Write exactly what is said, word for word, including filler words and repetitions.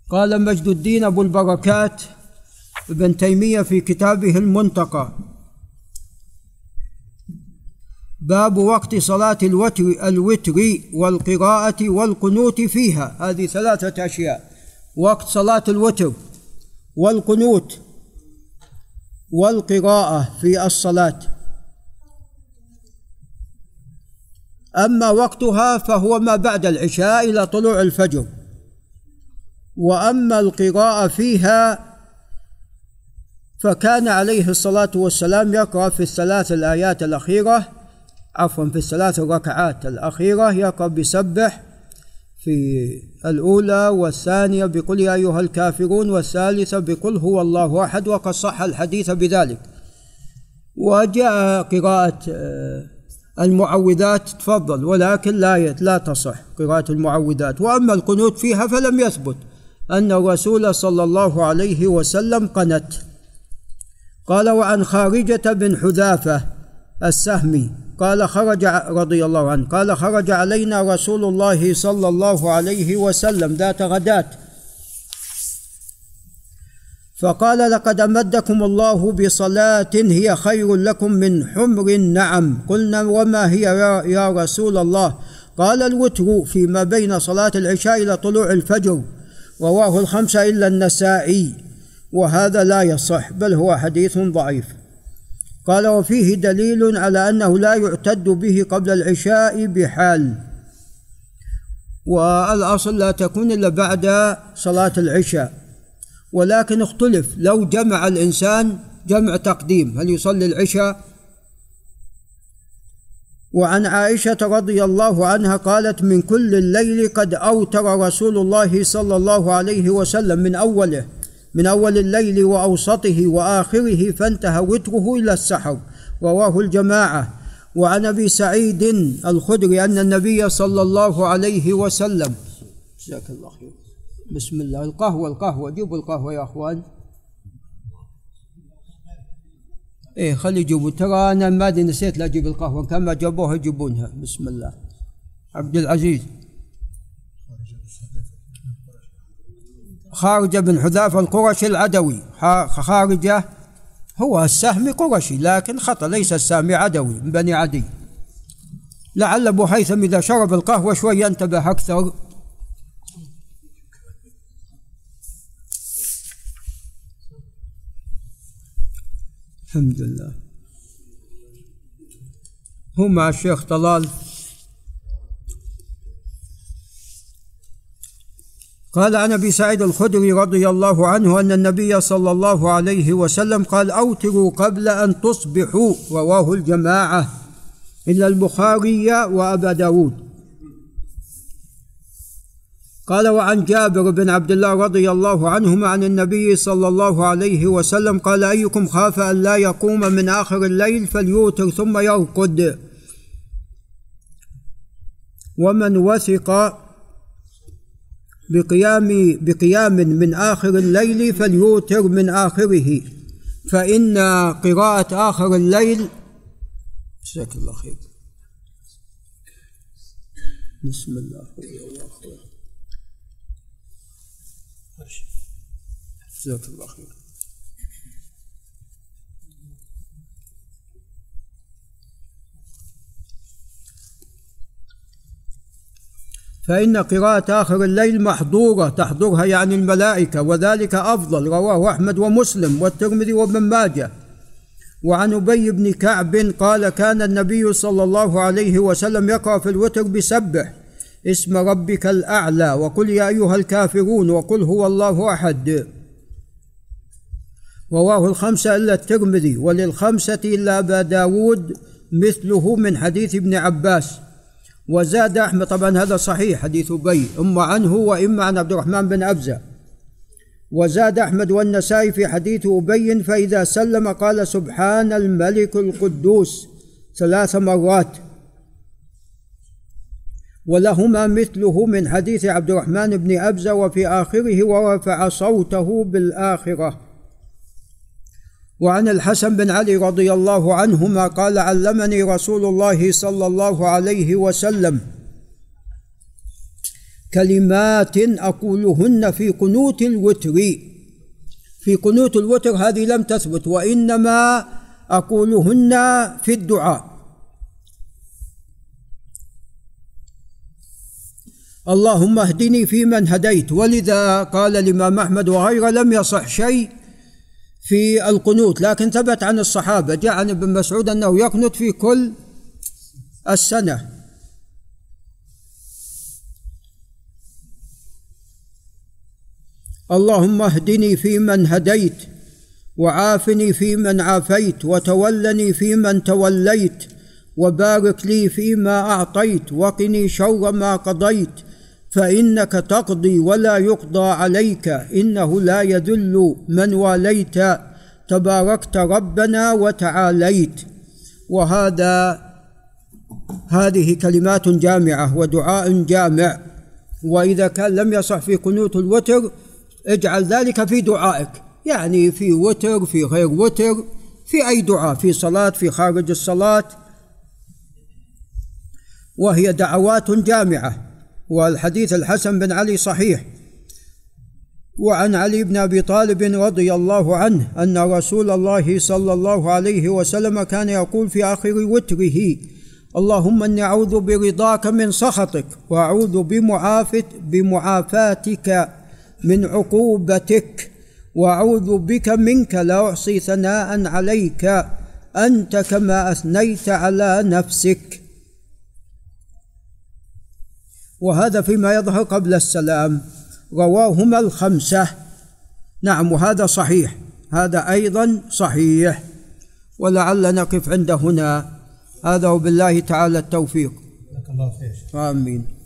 قال مجد الدين أبو البركات ابن تيمية في كتابه المنتقى: باب وقت صلاة الوتر الوتر والقراءة والقنوت فيها. هذه ثلاثة أشياء: وقت صلاة الوتر والقنوت والقراءة في الصلاة. أما وقتها فهو ما بعد العشاء إلى طلوع الفجر، وأما القراءة فيها فكان عليه الصلاة والسلام يقرأ في الثلاث الآيات الأخيرة عفوا في الثلاث الركعات الأخيرة يقرأ بسبح في الأولى، والثانية بقل يا أيها الكافرون، والثالثة بقل هو الله أحد، وقد صح الحديث بذلك. وجاء قراءة المعوذات تفضل، ولكن لا لا تصح قراءة المعوذات. وأما القنوت فيها فلم يثبت أن الرسول صلى الله عليه وسلم قنت. قال: وعن خارجة بن حذافة السهمي قال خرج رضي الله عنه قال خرج علينا رسول الله صلى الله عليه وسلم ذات غداة فقال: لقد أمدكم الله بصلاة هي خير لكم من حمر النعم. قلنا: وما هي يا رسول الله؟ قال: الوتر فيما بين صلاة العشاء إلى طلوع الفجر. رواه الخمسة إلا النسائي، وهذا لا يصح، بل هو حديث ضعيف. قال: وفيه دليل على أنه لا يعتد به قبل العشاء بحال، والأصل لا تكون إلا بعد صلاة العشاء، ولكن اختلف لو جمع الإنسان جمع تقديم هل يصلي العشاء؟ وعن عائشة رضي الله عنها قالت: من كل الليل قد أوتر رسول الله صلى الله عليه وسلم من أوله من أول الليل وأوسطه وآخره، فانتهى وتره إلى السحر. رواه الجماعة. وعن أبي سعيد الخدري أن النبي صلى الله عليه وسلم جزاك الله خير بسم الله القهوة القهوة جيبوا القهوة يا أخوان. إيه خلي يجيبوا، ترى أنا ما أدري نسيت لا أجيب القهوة، كما جابوها يجيبونها. بسم الله. عبد العزيز. خارجة بن حذافة القرشي العدوي. خارجة هو السهمي قرشي، لكن خطأ، ليس السهمي عدوي من بني عدي. لعل أبو هيثم إذا شرب القهوة شوي ينتبه أكثر. الحمد لله. هو مع الشيخ طلال. قال عن أبي سعيد الخدري رضي الله عنه أن النبي صلى الله عليه وسلم قال: أوتروا قبل أن تصبحوا. رواه الجماعة إلا البخاري وأبا داود. قال: وعن جابر بن عبد الله رضي الله عنهما عن النبي صلى الله عليه وسلم قال: أيكم خاف أن لا يقوم من آخر الليل فليوتر ثم يرقد، ومن وثق بقيام بقيام من آخر الليل فليوتر من آخره، فإن قراءة آخر الليل جزاك الله خير بسم الله جزاك الله خير. فإن قراءة آخر الليل محظورة، تحضرها يعني الملائكة، وذلك أفضل. رواه أحمد ومسلم والترمذي وابن ماجه. وعن أبي بن كعب قال: كان النبي صلى الله عليه وسلم يقرأ في الوتر بسبح اسم ربك الأعلى وقل يا أيها الكافرون وقل هو الله أحد. رواه الخمسة إلا الترمذي، وللخمسة إلا أبا داود مثله من حديث ابن عباس. وزاد أحمد، طبعا هذا صحيح حديث أبي، إما عنه وإما عن عبد الرحمن بن أبزة. وزاد أحمد والنسائي في حديث أبي: فإذا سلم قال سبحان الملك القدوس ثلاث مرات. ولهما مثله من حديث عبد الرحمن بن أبزة وفي آخره: ورفع صوته بالآخرة. وعن الحسن بن علي رضي الله عنهما قال: علمني رسول الله صلى الله عليه وسلم كلمات أقولهن في قنوت الوتر. في قنوت الوتر هذه لم تثبت، وإنما أقولهن في الدعاء. اللهم اهدني فيمن هديت، ولذا قال الإمام أحمد وغيره لم يصح شيء في القنوت، لكن ثبت عن الصحابة، جاء عن ابن مسعود أنه يقنت في كل السنة. اللهم اهدني فيمن هديت، وعافني فيمن عافيت، وتولني فيمن توليت، وبارك لي فيما أعطيت، وقني شر ما قضيت، فإنك تقضي ولا يقضى عليك، إنه لا يذل من واليت، تباركت ربنا وتعاليت. وهذا هذه كلمات جامعة ودعاء جامع. وإذا كان لم يصح في قنوت الوتر اجعل ذلك في دعائك، يعني في وتر، في غير وتر، في أي دعاء، في صلاة، في خارج الصلاة، وهي دعوات جامعة. والحديث الحسن بن علي صحيح. وعن علي بن أبي طالب رضي الله عنه أن رسول الله صلى الله عليه وسلم كان يقول في آخر وتره: اللهم إني أعوذ برضاك من سخطك، وأعوذ بمعافاتك من عقوبتك، وأعوذ بك منك لا أحصي ثناء عليك، أنت كما أثنيت على نفسك. وهذا فيما يظهر قبل السلام، رواهما الخمسة. نعم، وهذا صحيح، هذا أيضا صحيح. ولعل نقف عند هنا، هذا وبالله تعالى التوفيق. جزاك الله خير. آمين.